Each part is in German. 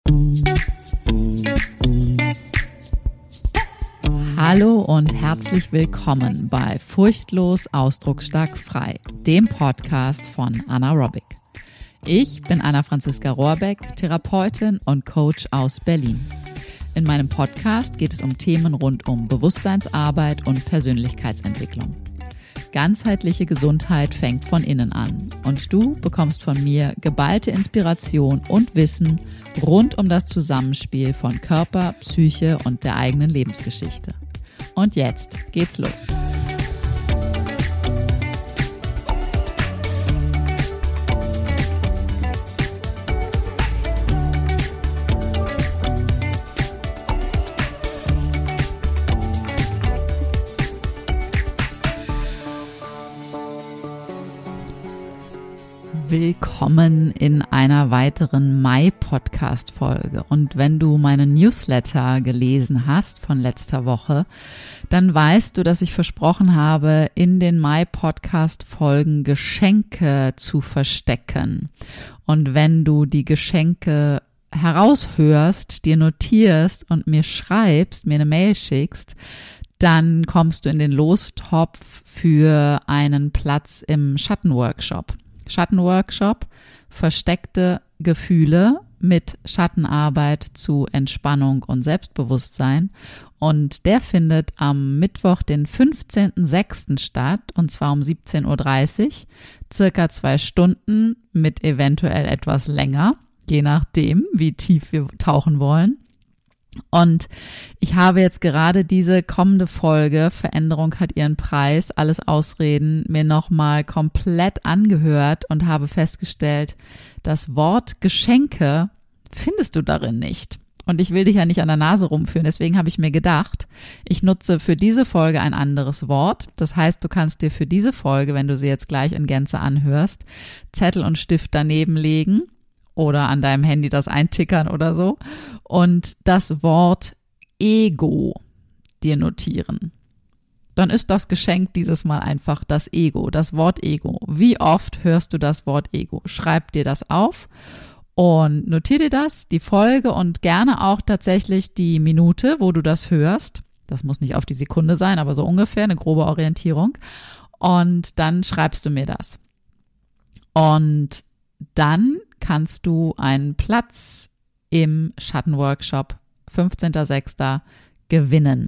Hallo und herzlich willkommen bei Furchtlos Ausdrucksstark frei, dem Podcast von Anna Robic. Ich bin Anna-Franziska Rohrbeck, Therapeutin und Coach aus Berlin. In meinem Podcast geht es um Themen rund um Bewusstseinsarbeit und Persönlichkeitsentwicklung. Ganzheitliche Gesundheit fängt von innen an und du bekommst von mir geballte Inspiration und Wissen rund um das Zusammenspiel von Körper, Psyche und der eigenen Lebensgeschichte. Und jetzt geht's los. Willkommen in einer weiteren Mai-Podcast-Folge. Und wenn du meinen Newsletter gelesen hast von letzter Woche, dann weißt du, dass ich versprochen habe, in den Mai-Podcast-Folgen Geschenke zu verstecken. Und wenn du die Geschenke heraushörst, dir notierst und mir schreibst, mir eine Mail schickst, dann kommst du in den Lostopf für einen Platz im Schattenworkshop. Schattenworkshop, versteckte Gefühle mit Schattenarbeit zu Entspannung und Selbstbewusstsein. Und der findet am Mittwoch, den 15.06. statt, und zwar um 17.30 Uhr, circa 2 Stunden mit eventuell etwas länger, je nachdem, wie tief wir tauchen wollen. Und ich habe jetzt gerade diese kommende Folge, Veränderung hat ihren Preis, alles Ausreden, mir nochmal komplett angehört und habe festgestellt, das Wort Geschenke findest du darin nicht. Und ich will dich ja nicht an der Nase rumführen, deswegen habe ich mir gedacht, ich nutze für diese Folge ein anderes Wort. Das heißt, du kannst dir für diese Folge, wenn du sie jetzt gleich in Gänze anhörst, Zettel und Stift daneben legen oder an deinem Handy das eintickern oder so und das Wort Ego dir notieren. Dann ist das Geschenk dieses Mal einfach das Ego, das Wort Ego. Wie oft hörst du das Wort Ego? Schreib dir das auf und notier dir das, die Folge und gerne auch tatsächlich die Minute, wo du das hörst. Das muss nicht auf die Sekunde sein, aber so ungefähr eine grobe Orientierung. Und dann schreibst du mir das. Und dann kannst du einen Platz im Schattenworkshop 15.06. gewinnen.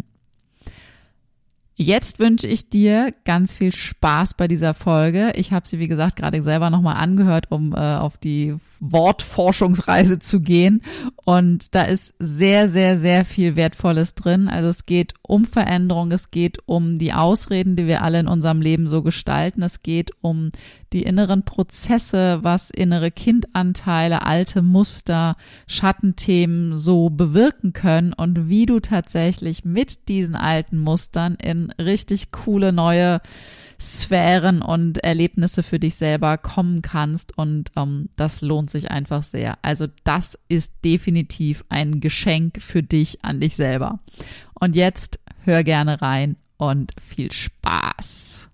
Jetzt wünsche ich dir ganz viel Spaß bei dieser Folge. Ich habe sie, wie gesagt, gerade selber nochmal angehört, um auf die Wortforschungsreise zu gehen. Und da ist sehr, sehr, sehr viel Wertvolles drin. Also es geht um Veränderung, es geht um die Ausreden, die wir alle in unserem Leben so gestalten. Es geht um die inneren Prozesse, was innere Kindanteile, alte Muster, Schattenthemen so bewirken können und wie du tatsächlich mit diesen alten Mustern in richtig coole neue Sphären und Erlebnisse für dich selber kommen kannst und das lohnt sich einfach sehr. Also das ist definitiv ein Geschenk für dich an dich selber. Und jetzt hör gerne rein und viel Spaß.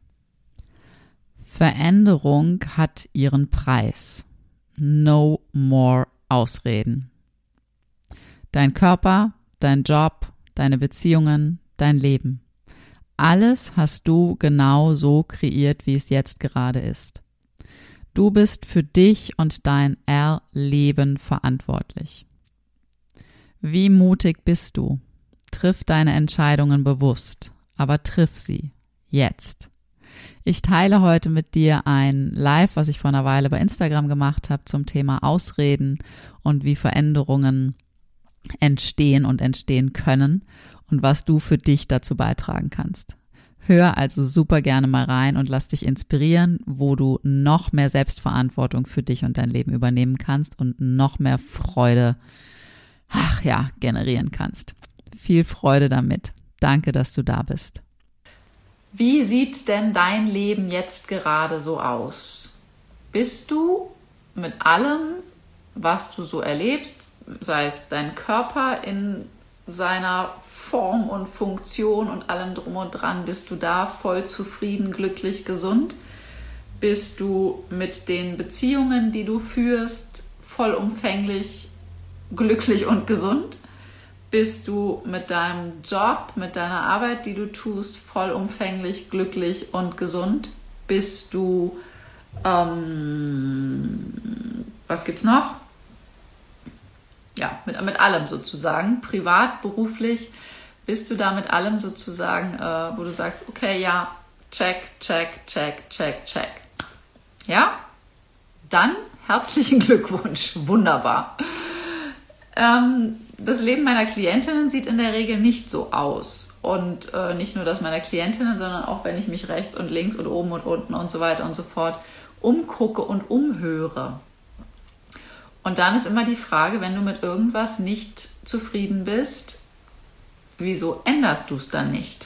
Veränderung hat ihren Preis. No more Ausreden. Dein Körper, dein Job, deine Beziehungen, dein Leben. Alles hast du genau so kreiert, wie es jetzt gerade ist. Du bist für dich und dein Erleben verantwortlich. Wie mutig bist du? Triff deine Entscheidungen bewusst, aber triff sie jetzt. Ich teile heute mit dir ein Live, was ich vor einer Weile bei Instagram gemacht habe zum Thema Ausreden und wie Veränderungen entstehen und entstehen können und was du für dich dazu beitragen kannst. Hör also super gerne mal rein und lass dich inspirieren, wo du noch mehr Selbstverantwortung für dich und dein Leben übernehmen kannst und noch mehr Freude, generieren kannst. Viel Freude damit. Danke, dass du da bist. Wie sieht denn dein Leben jetzt gerade so aus? Bist du mit allem, was du so erlebst, sei es dein Körper in seiner Form und Funktion und allem drum und dran, bist du da voll zufrieden, glücklich, gesund? Bist du mit den Beziehungen, die du führst, vollumfänglich glücklich und gesund? Bist du mit deinem Job, mit deiner Arbeit, die du tust, vollumfänglich glücklich und gesund? Bist du, was gibt's noch? Ja, mit allem sozusagen, privat, beruflich, bist du da mit allem sozusagen, wo du sagst, okay, ja, check, check, check, check, check. Ja? Dann herzlichen Glückwunsch, wunderbar. Das Leben meiner Klientinnen sieht in der Regel nicht so aus. Und nicht nur das meiner Klientinnen, sondern auch wenn ich mich rechts und links und oben und unten und so weiter und so fort umgucke und umhöre. Und dann ist immer die Frage, wenn du mit irgendwas nicht zufrieden bist, wieso änderst du es dann nicht?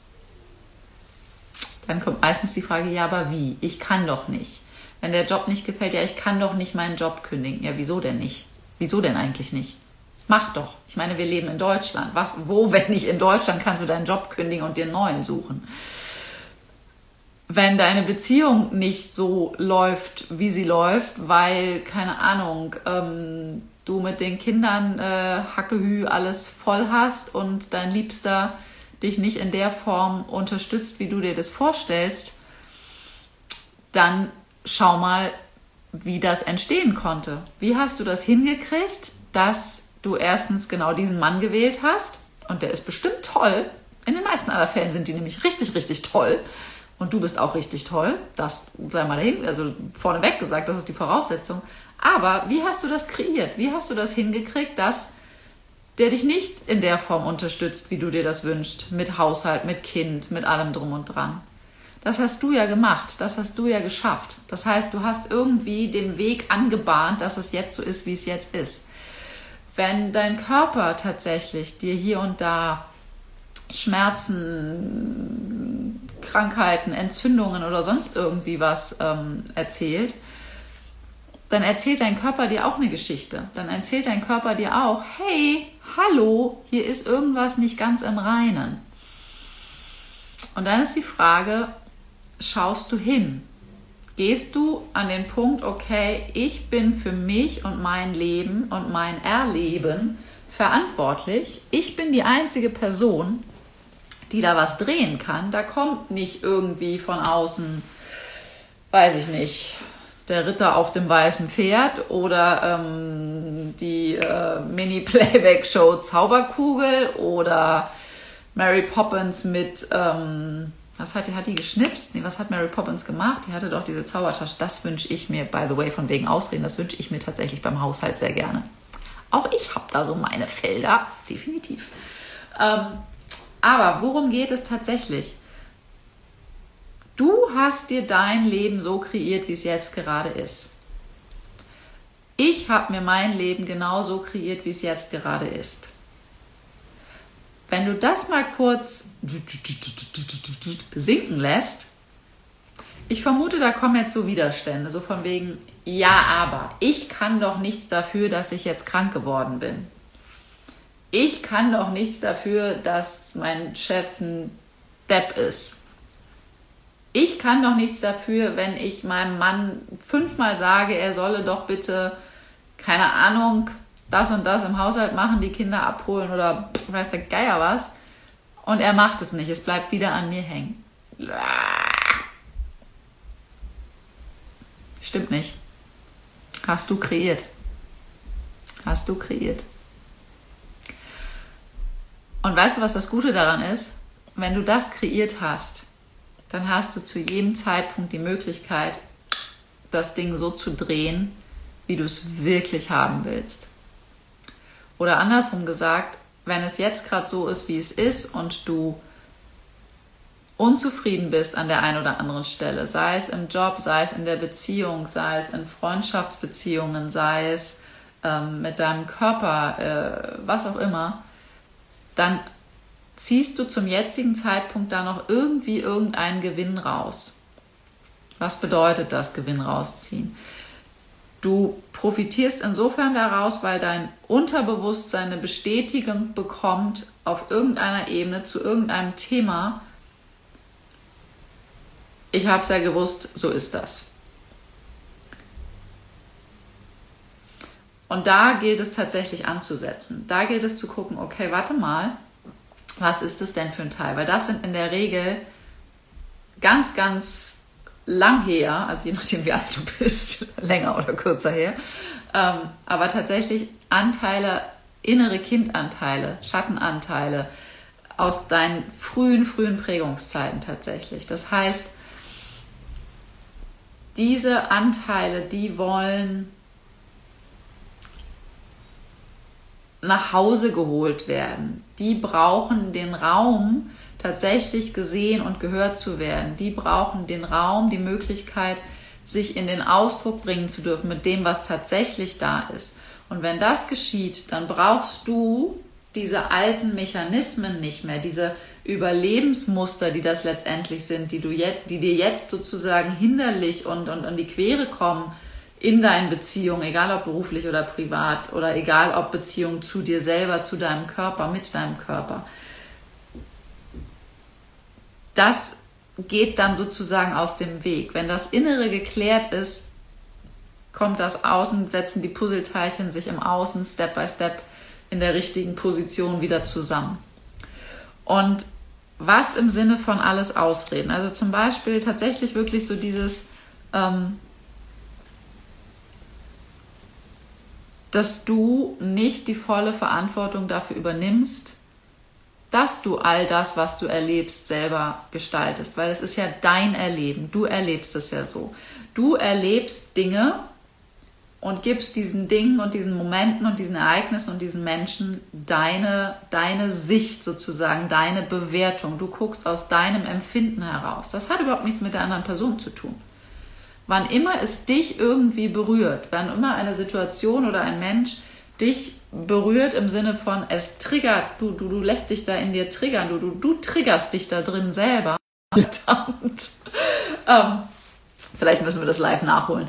Dann kommt meistens die Frage, ja, aber wie? Ich kann doch nicht. Wenn der Job nicht gefällt, ja, ich kann doch nicht meinen Job kündigen. Ja, wieso denn nicht? Wieso denn eigentlich nicht? Mach doch. Ich meine, wir leben in Deutschland. Wo, wenn nicht in Deutschland, kannst du deinen Job kündigen und dir einen neuen suchen? Wenn deine Beziehung nicht so läuft, wie sie läuft, weil, keine Ahnung, du mit den Kindern Hackehü alles voll hast und dein Liebster dich nicht in der Form unterstützt, wie du dir das vorstellst, dann schau mal, wie das entstehen konnte. Wie hast du das hingekriegt, dass du erstens genau diesen Mann gewählt hast und der ist bestimmt toll. In den meisten aller Fällen sind die nämlich richtig, richtig toll. Und du bist auch richtig toll, das sei mal dahin, also vorneweg gesagt, das ist die Voraussetzung. Aber wie hast du das kreiert? Wie hast du das hingekriegt, dass der dich nicht in der Form unterstützt, wie du dir das wünschst, mit Haushalt, mit Kind, mit allem drum und dran? Das hast du ja gemacht, das hast du ja geschafft. Das heißt, du hast irgendwie den Weg angebahnt, dass es jetzt so ist, wie es jetzt ist. Wenn dein Körper tatsächlich dir hier und da Schmerzen, Krankheiten, Entzündungen oder sonst irgendwie was erzählt, dann erzählt dein Körper dir auch eine Geschichte. Dann erzählt dein Körper dir auch, hey, hallo, hier ist irgendwas nicht ganz im Reinen. Und dann ist die Frage, schaust du hin? Gehst du an den Punkt, okay, ich bin für mich und mein Leben und mein Erleben verantwortlich. Ich bin die einzige Person, die da was drehen kann. Da kommt nicht irgendwie von außen, weiß ich nicht, der Ritter auf dem weißen Pferd oder die Mini-Playback-Show Zauberkugel oder Mary Poppins mit, was hat die geschnipst? Nee, was hat Mary Poppins gemacht? Die hatte doch diese Zaubertasche. Das wünsche ich mir, by the way, von wegen Ausreden, das wünsche ich mir tatsächlich beim Haushalt sehr gerne. Auch ich habe da so meine Felder, definitiv. Aber worum geht es tatsächlich? Du hast dir dein Leben so kreiert, wie es jetzt gerade ist. Ich habe mir mein Leben genauso kreiert, wie es jetzt gerade ist. Wenn du das mal kurz sinken lässt, ich vermute, da kommen jetzt so Widerstände, so von wegen, ja, aber ich kann doch nichts dafür, dass ich jetzt krank geworden bin. Ich kann doch nichts dafür, dass mein Chef ein Depp ist. Ich kann doch nichts dafür, wenn ich meinem Mann 5-mal sage, er solle doch bitte, keine Ahnung, das und das im Haushalt machen, die Kinder abholen oder weiß der Geier was. Und er macht es nicht, es bleibt wieder an mir hängen. Stimmt nicht. Hast du kreiert. Hast du kreiert. Und weißt du, was das Gute daran ist? Wenn du das kreiert hast, dann hast du zu jedem Zeitpunkt die Möglichkeit, das Ding so zu drehen, wie du es wirklich haben willst. Oder andersrum gesagt, wenn es jetzt gerade so ist, wie es ist und du unzufrieden bist an der einen oder anderen Stelle, sei es im Job, sei es in der Beziehung, sei es in Freundschaftsbeziehungen, sei es mit deinem Körper, was auch immer, dann ziehst du zum jetzigen Zeitpunkt da noch irgendwie irgendeinen Gewinn raus. Was bedeutet das, Gewinn rausziehen? Du profitierst insofern daraus, weil dein Unterbewusstsein eine Bestätigung bekommt auf irgendeiner Ebene zu irgendeinem Thema. Ich habe es ja gewusst, so ist das. Und da gilt es tatsächlich anzusetzen. Da gilt es zu gucken, okay, warte mal, was ist das denn für ein Teil? Weil das sind in der Regel ganz, ganz lang her, also je nachdem wie alt du bist, länger oder kürzer her, aber tatsächlich Anteile, innere Kindanteile, Schattenanteile aus deinen frühen Prägungszeiten tatsächlich. Das heißt, diese Anteile, die wollen nach Hause geholt werden. Die brauchen den Raum, tatsächlich gesehen und gehört zu werden. Die brauchen den Raum, die Möglichkeit, sich in den Ausdruck bringen zu dürfen mit dem, was tatsächlich da ist. Und wenn das geschieht, dann brauchst du diese alten Mechanismen nicht mehr, diese Überlebensmuster, die das letztendlich sind, die dir jetzt sozusagen hinderlich und an die Quere kommen in deinen Beziehungen, egal ob beruflich oder privat oder egal ob Beziehung zu dir selber, zu deinem Körper, mit deinem Körper. Das geht dann sozusagen aus dem Weg. Wenn das Innere geklärt ist, kommt das Außen, setzen die Puzzleteilchen sich im Außen Step by Step in der richtigen Position wieder zusammen. Und was im Sinne von alles ausreden? Also zum Beispiel tatsächlich wirklich so dieses, dass du nicht die volle Verantwortung dafür übernimmst, dass du all das, was du erlebst, selber gestaltest. Weil es ist ja dein Erleben. Du erlebst es ja so. Du erlebst Dinge und gibst diesen Dingen und diesen Momenten und diesen Ereignissen und diesen Menschen deine Sicht sozusagen, deine Bewertung. Du guckst aus deinem Empfinden heraus. Das hat überhaupt nichts mit der anderen Person zu tun. Wann immer es dich irgendwie berührt, wann immer eine Situation oder ein Mensch dich berührt im Sinne von, es triggert, du lässt dich da in dir triggern, du triggerst dich da drin selber. Vielleicht müssen wir das live nachholen.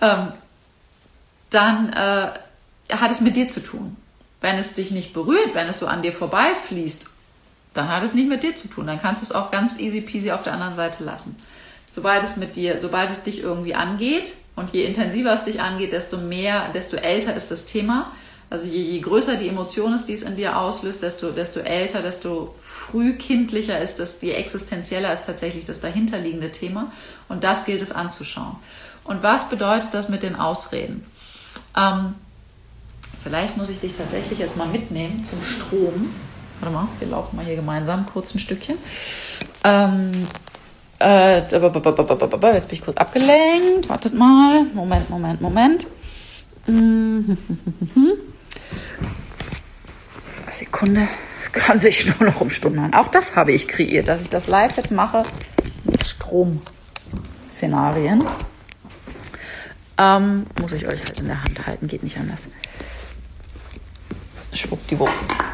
Dann hat es mit dir zu tun. Wenn es dich nicht berührt, wenn es so an dir vorbeifließt, dann hat es nicht mit dir zu tun. Dann kannst du es auch ganz easy peasy auf der anderen Seite lassen. Sobald es dich irgendwie angeht und je intensiver es dich angeht, desto älter ist das Thema. Also je größer die Emotion ist, die es in dir auslöst, desto älter, desto frühkindlicher ist das, je existenzieller ist tatsächlich das dahinterliegende Thema. Und das gilt es anzuschauen. Und was bedeutet das mit den Ausreden? Vielleicht muss ich dich tatsächlich jetzt mal mitnehmen zum Strom. Warte mal, wir laufen mal hier gemeinsam kurz ein Stückchen. Jetzt bin ich kurz abgelenkt. Wartet mal. Moment. Sekunde. Kann sich nur noch um Stunden handeln. Auch das habe ich kreiert, dass ich das live jetzt mache mit Stromszenarien. Muss ich euch halt in der Hand halten, geht nicht anders. Schwuppdiwupp.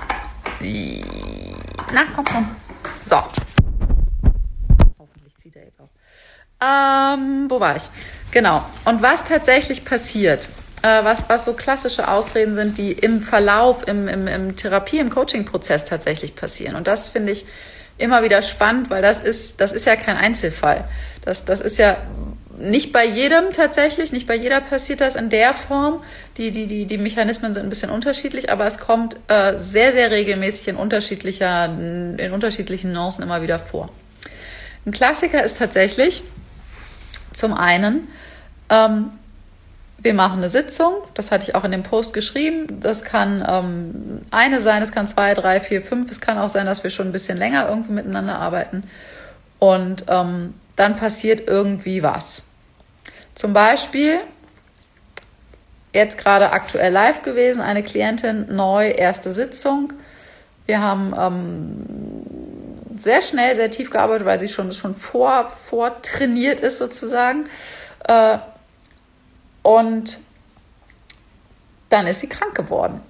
Na, komm. So. Hoffentlich zieht er jetzt auf. Wo war ich? Genau. Und was tatsächlich passiert, was so klassische Ausreden sind, die im Verlauf, im Therapie-, im Coaching-Prozess tatsächlich passieren. Und das finde ich immer wieder spannend, weil das ist ja kein Einzelfall. Das ist ja nicht bei jedem tatsächlich, nicht bei jeder passiert das in der Form. Die Mechanismen sind ein bisschen unterschiedlich, aber es kommt sehr, sehr regelmäßig in unterschiedlichen Nuancen immer wieder vor. Ein Klassiker ist tatsächlich zum einen, wir machen eine Sitzung, das hatte ich auch in dem Post geschrieben, das kann eine sein, es kann 2, 3, 4, 5, es kann auch sein, dass wir schon ein bisschen länger irgendwie miteinander arbeiten und dann passiert irgendwie was. Zum Beispiel, jetzt gerade aktuell live gewesen, eine Klientin, neu, erste Sitzung. Wir haben sehr schnell, sehr tief gearbeitet, weil sie schon vortrainiert ist sozusagen. Und dann ist sie krank geworden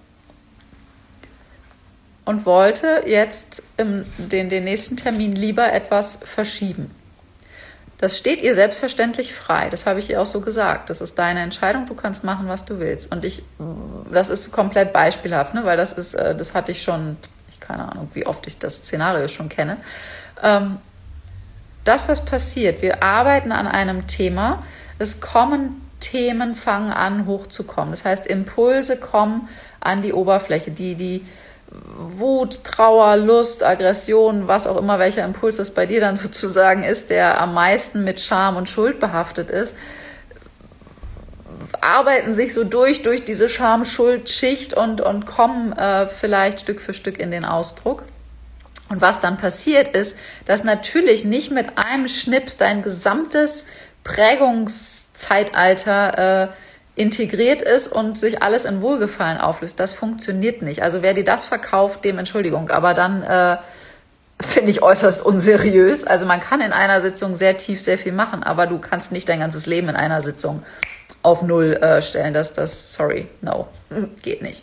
und wollte jetzt den nächsten Termin lieber etwas verschieben. Das steht ihr selbstverständlich frei. Das habe ich ihr auch so gesagt. Das ist deine Entscheidung. Du kannst machen, was du willst. Und das ist komplett beispielhaft, ne? Weil das hatte ich schon, keine Ahnung, wie oft ich das Szenario schon kenne. Das, was passiert, wir arbeiten an einem Thema. Es kommen Themen fangen an hochzukommen. Das heißt, Impulse kommen an die Oberfläche, die Wut, Trauer, Lust, Aggression, was auch immer, welcher Impuls das bei dir dann sozusagen ist, der am meisten mit Scham und Schuld behaftet ist, arbeiten sich so durch diese Scham-Schuld-Schicht und kommen vielleicht Stück für Stück in den Ausdruck. Und was dann passiert ist, dass natürlich nicht mit einem Schnips dein gesamtes Prägungszeitalter integriert ist und sich alles in Wohlgefallen auflöst. Das funktioniert nicht. Also wer dir das verkauft, dem Entschuldigung, aber dann finde ich äußerst unseriös. Also man kann in einer Sitzung sehr tief sehr viel machen, aber du kannst nicht dein ganzes Leben in einer Sitzung auf Null stellen. Sorry, no, geht nicht.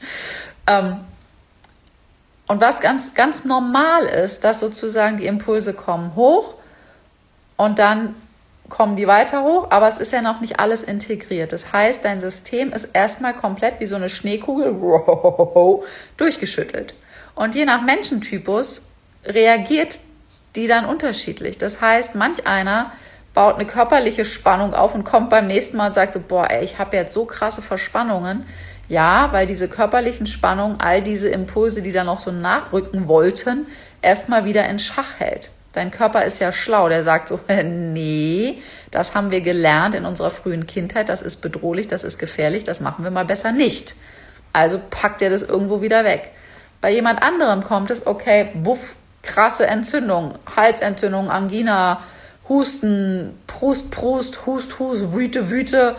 Und was ganz, ganz normal ist, dass sozusagen die Impulse kommen hoch und dann kommen die weiter hoch, aber es ist ja noch nicht alles integriert. Das heißt, dein System ist erstmal komplett wie so eine Schneekugel durchgeschüttelt. Und je nach Menschentypus reagiert die dann unterschiedlich. Das heißt, manch einer baut eine körperliche Spannung auf und kommt beim nächsten Mal und sagt so, boah, ey, ich habe jetzt so krasse Verspannungen. Ja, weil diese körperlichen Spannungen, all diese Impulse, die da noch so nachrücken wollten, erstmal wieder in Schach hält. Dein Körper ist ja schlau, der sagt so, nee, das haben wir gelernt in unserer frühen Kindheit, das ist bedrohlich, das ist gefährlich, das machen wir mal besser nicht. Also packt er das irgendwo wieder weg. Bei jemand anderem kommt es, okay, buff, krasse Entzündung, Halsentzündung, Angina, Husten, Prust, Hust, Wüte,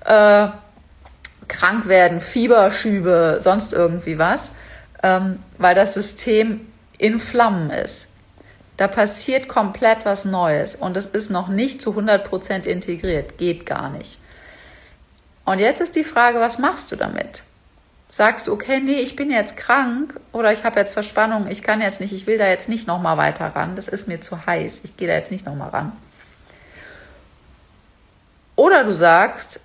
krank werden, Fieberschübe, sonst irgendwie was, weil das System in Flammen ist. Da passiert komplett was Neues und es ist noch nicht zu 100% integriert, geht gar nicht. Und jetzt ist die Frage, was machst du damit? Sagst du, okay, nee, ich bin jetzt krank oder ich habe jetzt Verspannung, ich kann jetzt nicht, ich will da jetzt nicht nochmal weiter ran, das ist mir zu heiß, ich gehe da jetzt nicht nochmal ran. Oder du sagst,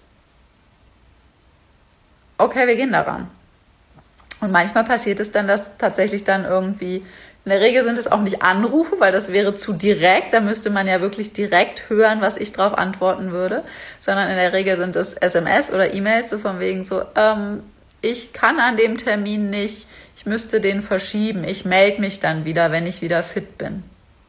okay, wir gehen da ran. Und manchmal passiert es dann, dass tatsächlich dann irgendwie, in der Regel sind es auch nicht Anrufe, weil das wäre zu direkt, da müsste man ja wirklich direkt hören, was ich drauf antworten würde, sondern in der Regel sind es SMS oder E-Mails, so von wegen so, ich kann an dem Termin nicht, ich müsste den verschieben, ich melde mich dann wieder, wenn ich wieder fit bin.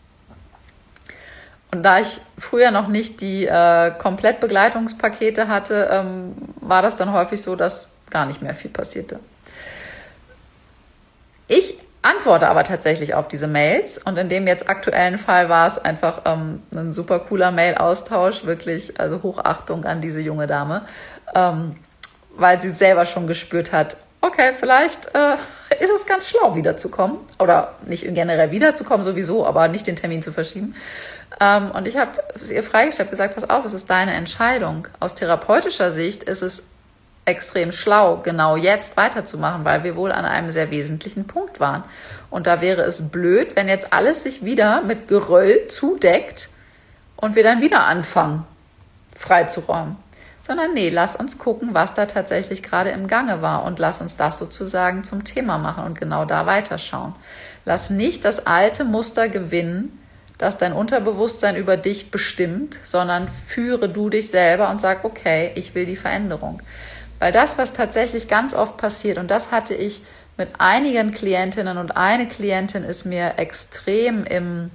Und da ich früher noch nicht die Komplettbegleitungspakete hatte, war das dann häufig so, dass gar nicht mehr viel passierte. Ich antworte aber tatsächlich auf diese Mails und in dem jetzt aktuellen Fall war es einfach ein super cooler Mail-Austausch, wirklich, also Hochachtung an diese junge Dame, weil sie selber schon gespürt hat, okay, vielleicht ist es ganz schlau wiederzukommen oder nicht generell wiederzukommen sowieso, aber nicht den Termin zu verschieben. Und ich habe es ihr freigestellt, gesagt, pass auf, es ist deine Entscheidung. Aus therapeutischer Sicht ist es extrem schlau, genau jetzt weiterzumachen, weil wir wohl an einem sehr wesentlichen Punkt waren. Und da wäre es blöd, wenn jetzt alles sich wieder mit Geröll zudeckt und wir dann wieder anfangen, freizuräumen. Sondern nee, lass uns gucken, was da tatsächlich gerade im Gange war und lass uns das sozusagen zum Thema machen und genau da weiterschauen. Lass nicht das alte Muster gewinnen, das dein Unterbewusstsein über dich bestimmt, sondern führe du dich selber und sag, okay, ich will die Veränderung. Weil das, was tatsächlich ganz oft passiert, und das hatte ich mit einigen Klientinnen und eine Klientin ist mir extrem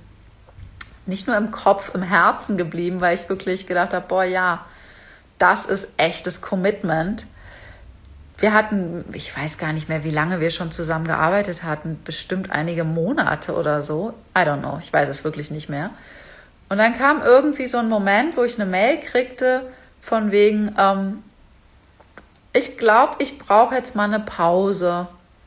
nicht nur im Kopf, im Herzen geblieben, weil ich wirklich gedacht habe, boah, ja, das ist echtes Commitment. Wir hatten, ich weiß gar nicht mehr, wie lange wir schon zusammen gearbeitet hatten, bestimmt einige Monate oder so. I don't know, ich weiß es wirklich nicht mehr. Und dann kam irgendwie so ein Moment, wo ich eine Mail kriegte von wegen, ich glaube, ich brauche jetzt mal eine Pause.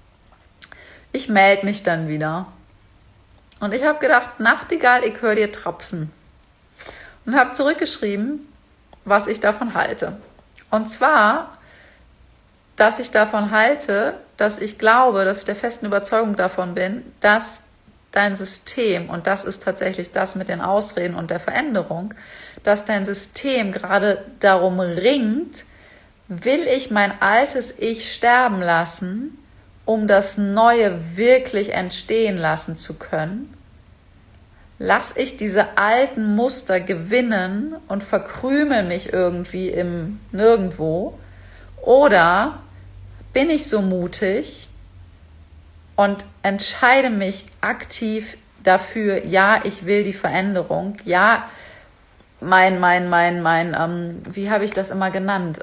Ich melde mich dann wieder. Und ich habe gedacht, Nachtigall, ich höre dir trapsen. Und habe zurückgeschrieben, was ich davon halte. Und zwar, dass ich davon halte, dass ich glaube, dass ich der festen Überzeugung davon bin, dass dein System, und das ist tatsächlich das mit den Ausreden und der Veränderung, dass dein System gerade darum ringt, will ich mein altes Ich sterben lassen, um das Neue wirklich entstehen lassen zu können? lasse ich diese alten Muster gewinnen und verkrümel mich irgendwie im Nirgendwo? Oder bin ich so mutig und entscheide mich aktiv dafür, ja, ich will die Veränderung, ja, wie habe ich das immer genannt?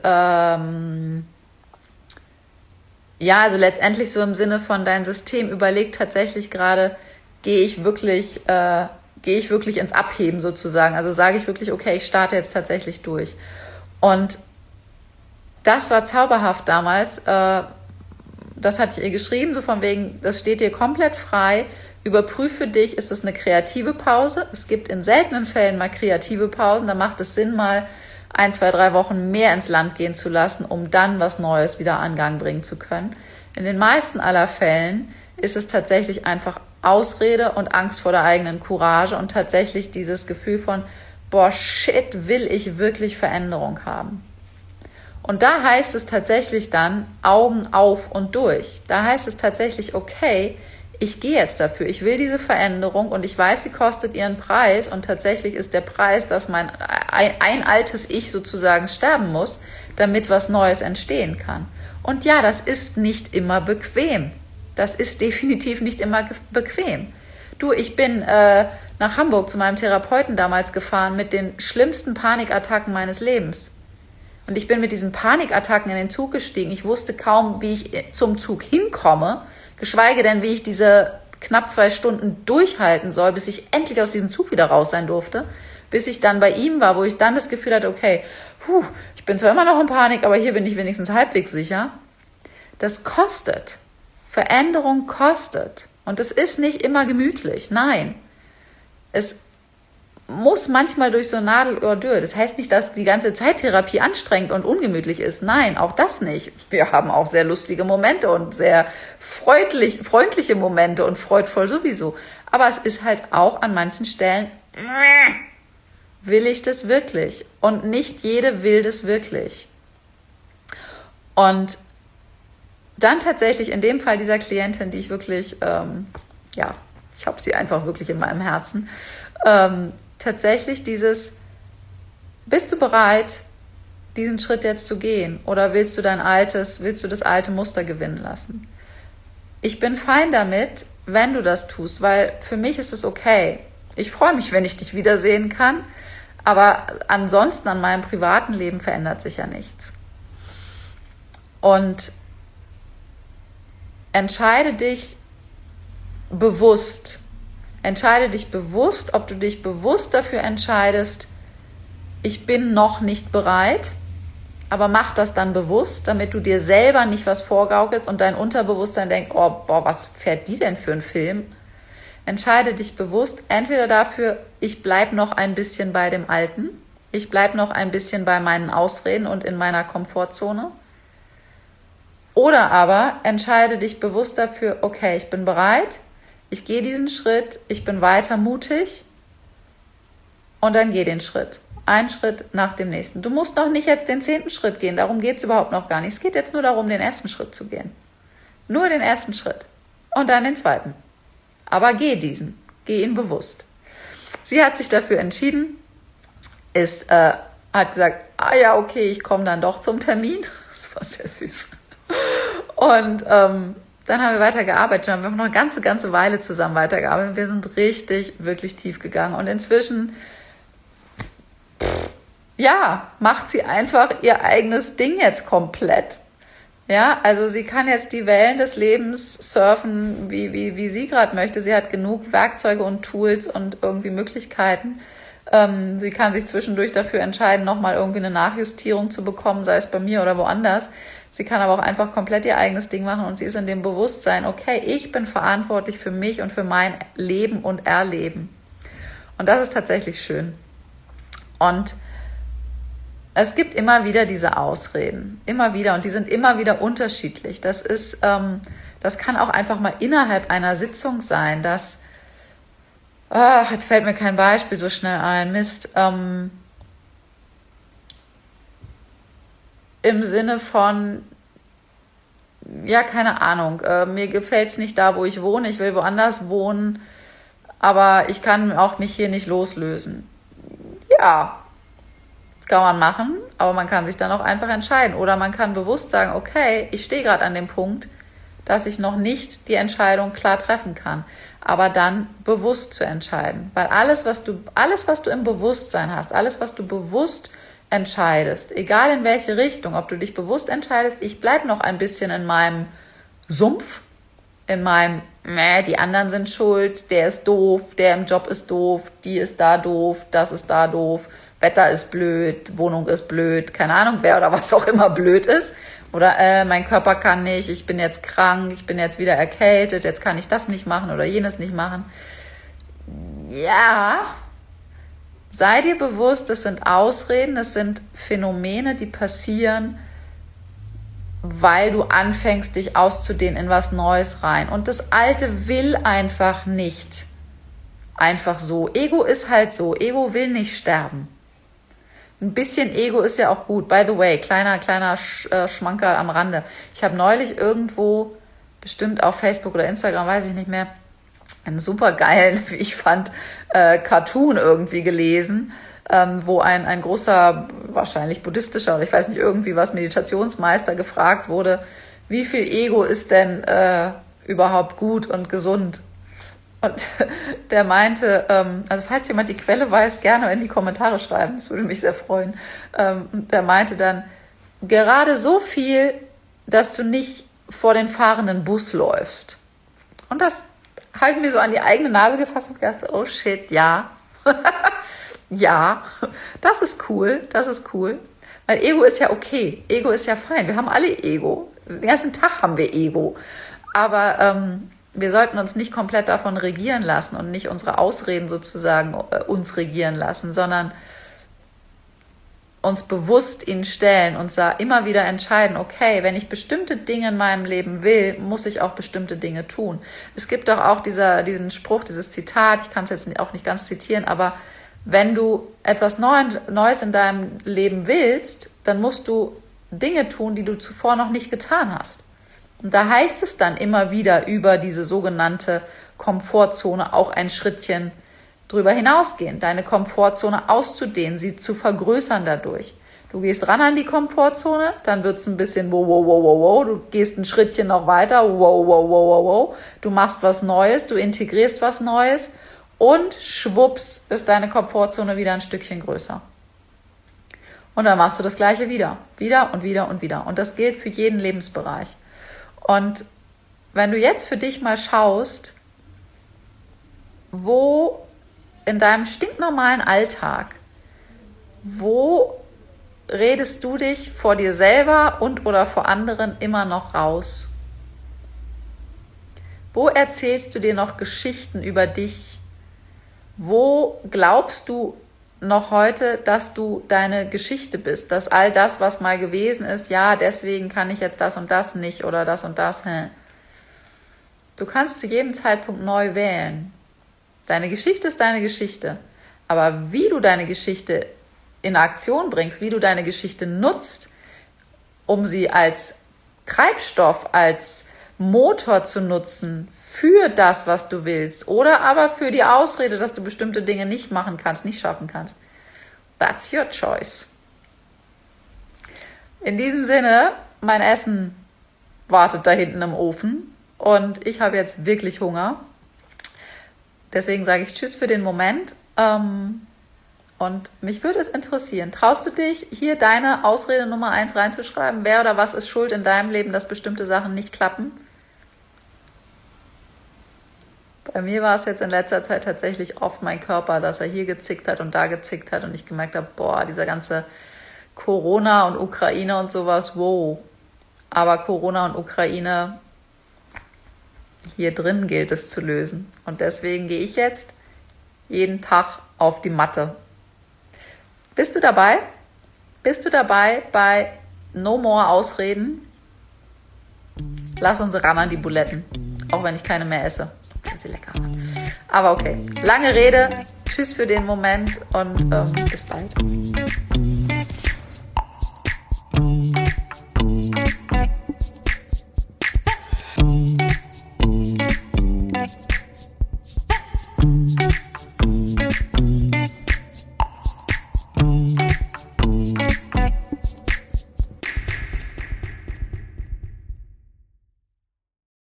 Ja, also letztendlich so im Sinne von, dein System überlegt tatsächlich gerade, gehe ich wirklich ins Abheben sozusagen. Also sage ich wirklich, okay, ich starte jetzt tatsächlich durch. Und das war zauberhaft damals. Das hatte ich ihr geschrieben, so von wegen, das steht dir komplett frei. Überprüfe dich, ist es eine kreative Pause? Es gibt in seltenen Fällen mal kreative Pausen. Da macht es Sinn, mal 1, 2, 3 Wochen mehr ins Land gehen zu lassen, um dann was Neues wieder an Gang bringen zu können. In den meisten aller Fällen ist es tatsächlich einfach Ausrede und Angst vor der eigenen Courage und tatsächlich dieses Gefühl von, boah, shit, will ich wirklich Veränderung haben? Und da heißt es tatsächlich dann Augen auf und durch. Da heißt es tatsächlich, okay, ich gehe jetzt dafür, ich will diese Veränderung und ich weiß, sie kostet ihren Preis und tatsächlich ist der Preis, dass ein altes Ich sozusagen sterben muss, damit was Neues entstehen kann. Und ja, das ist nicht immer bequem. Das ist definitiv nicht immer bequem. Du, ich bin nach Hamburg zu meinem Therapeuten damals gefahren mit den schlimmsten Panikattacken meines Lebens. Und ich bin mit diesen Panikattacken in den Zug gestiegen. Ich wusste kaum, wie ich zum Zug hinkomme, geschweige denn, wie ich diese knapp 2 Stunden durchhalten soll, bis ich endlich aus diesem Zug wieder raus sein durfte, bis ich dann bei ihm war, wo ich dann das Gefühl hatte, okay, ich bin zwar immer noch in Panik, aber hier bin ich wenigstens halbwegs sicher. Das kostet. Veränderung kostet. Und es ist nicht immer gemütlich. Nein. Es muss manchmal durch so ein Nadelöhr durch. Das heißt nicht, dass die ganze Zeit Therapie anstrengend und ungemütlich ist. Nein, auch das nicht. Wir haben auch sehr lustige Momente und sehr freundliche Momente und freudvoll sowieso. Aber es ist halt auch an manchen Stellen, will ich das wirklich? Und nicht jede will das wirklich. Und dann tatsächlich in dem Fall dieser Klientin, die ich wirklich, ich habe sie einfach wirklich in meinem Herzen, tatsächlich bist du bereit, diesen Schritt jetzt zu gehen? Oder willst du das alte Muster gewinnen lassen? Ich bin fein damit, wenn du das tust, weil für mich ist es okay. Ich freue mich, wenn ich dich wiedersehen kann, aber ansonsten an meinem privaten Leben verändert sich ja nichts. Und entscheide dich bewusst, ob du dich bewusst dafür entscheidest, ich bin noch nicht bereit, aber mach das dann bewusst, damit du dir selber nicht was vorgaukelst und dein Unterbewusstsein denkt, was fährt die denn für einen Film? Entscheide dich bewusst, entweder dafür, ich bleibe noch ein bisschen bei dem Alten, ich bleibe noch ein bisschen bei meinen Ausreden und in meiner Komfortzone, oder aber entscheide dich bewusst dafür, okay, ich bin bereit, ich gehe diesen Schritt, ich bin weiter mutig und dann geh den Schritt. Ein Schritt nach dem nächsten. Du musst noch nicht jetzt den 10. Schritt gehen, darum geht es überhaupt noch gar nicht. Es geht jetzt nur darum, den ersten Schritt zu gehen. Nur den ersten Schritt und dann den zweiten. Aber geh ihn bewusst. Sie hat sich dafür entschieden, hat gesagt, okay, ich komme dann doch zum Termin. Das war sehr süß. Und dann haben wir weitergearbeitet. Wir haben noch eine ganze Weile zusammen weitergearbeitet. Wir sind richtig, wirklich tief gegangen. Und inzwischen, macht sie einfach ihr eigenes Ding jetzt komplett. Ja, also sie kann jetzt die Wellen des Lebens surfen, wie sie gerade möchte. Sie hat genug Werkzeuge und Tools und irgendwie Möglichkeiten. Sie kann sich zwischendurch dafür entscheiden, nochmal irgendwie eine Nachjustierung zu bekommen, sei es bei mir oder woanders. Sie kann aber auch einfach komplett ihr eigenes Ding machen und sie ist in dem Bewusstsein, okay, ich bin verantwortlich für mich und für mein Leben und Erleben. Und das ist tatsächlich schön. Und es gibt immer wieder diese Ausreden, immer wieder, und die sind immer wieder unterschiedlich. Das kann auch einfach mal innerhalb einer Sitzung sein, dass, jetzt fällt mir kein Beispiel so schnell ein, Mist, im Sinne von, keine Ahnung, mir gefällt es nicht da, wo ich wohne, ich will woanders wohnen, aber ich kann auch mich hier nicht loslösen. Ja, kann man machen, aber man kann sich dann auch einfach entscheiden. Oder man kann bewusst sagen, okay, ich stehe gerade an dem Punkt, dass ich noch nicht die Entscheidung klar treffen kann. Aber dann bewusst zu entscheiden. Weil alles, was du im Bewusstsein hast, alles, was du bewusst entscheidest, egal in welche Richtung, ob du dich bewusst entscheidest, ich bleibe noch ein bisschen in meinem Sumpf, in meinem, die anderen sind schuld, der ist doof, der im Job ist doof, die ist da doof, das ist da doof, Wetter ist blöd, Wohnung ist blöd, keine Ahnung, wer oder was auch immer blöd ist. Oder mein Körper kann nicht, ich bin jetzt krank, ich bin jetzt wieder erkältet, jetzt kann ich das nicht machen oder jenes nicht machen. Ja, sei dir bewusst, es sind Ausreden, es sind Phänomene, die passieren, weil du anfängst, dich auszudehnen in was Neues rein. Und das Alte will einfach nicht einfach so. Ego ist halt so, Ego will nicht sterben. Ein bisschen Ego ist ja auch gut. By the way, kleiner Schmankerl am Rande. Ich habe neulich irgendwo, bestimmt auf Facebook oder Instagram, weiß ich nicht mehr, einen super geilen, wie ich fand, Cartoon irgendwie gelesen, wo ein großer, wahrscheinlich buddhistischer oder ich weiß nicht, irgendwie was, Meditationsmeister gefragt wurde, wie viel Ego ist denn überhaupt gut und gesund? Und der meinte, also falls jemand die Quelle weiß, gerne in die Kommentare schreiben, das würde mich sehr freuen. Der meinte dann, gerade so viel, dass du nicht vor den fahrenden Bus läufst. Und das habe ich mir so an die eigene Nase gefasst und gedacht, oh shit, ja. Ja, das ist cool. Weil Ego ist ja okay, Ego ist ja fein, wir haben alle Ego. Den ganzen Tag haben wir Ego. Aber wir sollten uns nicht komplett davon regieren lassen und nicht unsere Ausreden sozusagen uns regieren lassen, sondern uns bewusst ihnen stellen und immer wieder entscheiden, okay, wenn ich bestimmte Dinge in meinem Leben will, muss ich auch bestimmte Dinge tun. Es gibt doch auch diesen Spruch, dieses Zitat, ich kann es jetzt auch nicht ganz zitieren, aber wenn du etwas Neues in deinem Leben willst, dann musst du Dinge tun, die du zuvor noch nicht getan hast. Und da heißt es dann immer wieder über diese sogenannte Komfortzone auch ein Schrittchen drüber hinausgehen, deine Komfortzone auszudehnen, sie zu vergrößern dadurch. Du gehst ran an die Komfortzone, dann wird's ein bisschen wow, du gehst ein Schrittchen noch weiter, wow, du machst was Neues, du integrierst was Neues und schwupps ist deine Komfortzone wieder ein Stückchen größer. Und dann machst du das Gleiche wieder und wieder. Und das gilt für jeden Lebensbereich. Und wenn du jetzt für dich mal schaust, wo in deinem stinknormalen Alltag, wo redest du dich vor dir selber und oder vor anderen immer noch raus? Wo erzählst du dir noch Geschichten über dich? Wo glaubst du noch heute, dass du deine Geschichte bist, dass all das, was mal gewesen ist, ja, deswegen kann ich jetzt das und das nicht oder das und das. Du kannst zu jedem Zeitpunkt neu wählen. Deine Geschichte ist deine Geschichte. Aber wie du deine Geschichte in Aktion bringst, wie du deine Geschichte nutzt, um sie als Treibstoff, als Motor zu nutzen für das, was du willst, oder aber für die Ausrede, dass du bestimmte Dinge nicht machen kannst, nicht schaffen kannst. That's your choice. In diesem Sinne, mein Essen wartet da hinten im Ofen und ich habe jetzt wirklich Hunger. Deswegen sage ich Tschüss für den Moment. Und mich würde es interessieren, traust du dich, hier deine Ausrede Nummer 1 reinzuschreiben? Wer oder was ist schuld in deinem Leben, dass bestimmte Sachen nicht klappen? Bei mir war es jetzt in letzter Zeit tatsächlich oft mein Körper, dass er hier gezickt hat und da gezickt hat und ich gemerkt habe, boah, dieser ganze Corona und Ukraine und sowas, wow. Aber Corona und Ukraine, hier drin gilt es zu lösen. Und deswegen gehe ich jetzt jeden Tag auf die Matte. Bist du dabei? Bist du dabei bei No More Ausreden? Lass uns ran an die Buletten, auch wenn ich keine mehr esse. Sie lecker. Aber okay, lange Rede. Tschüss für den Moment und bis bald.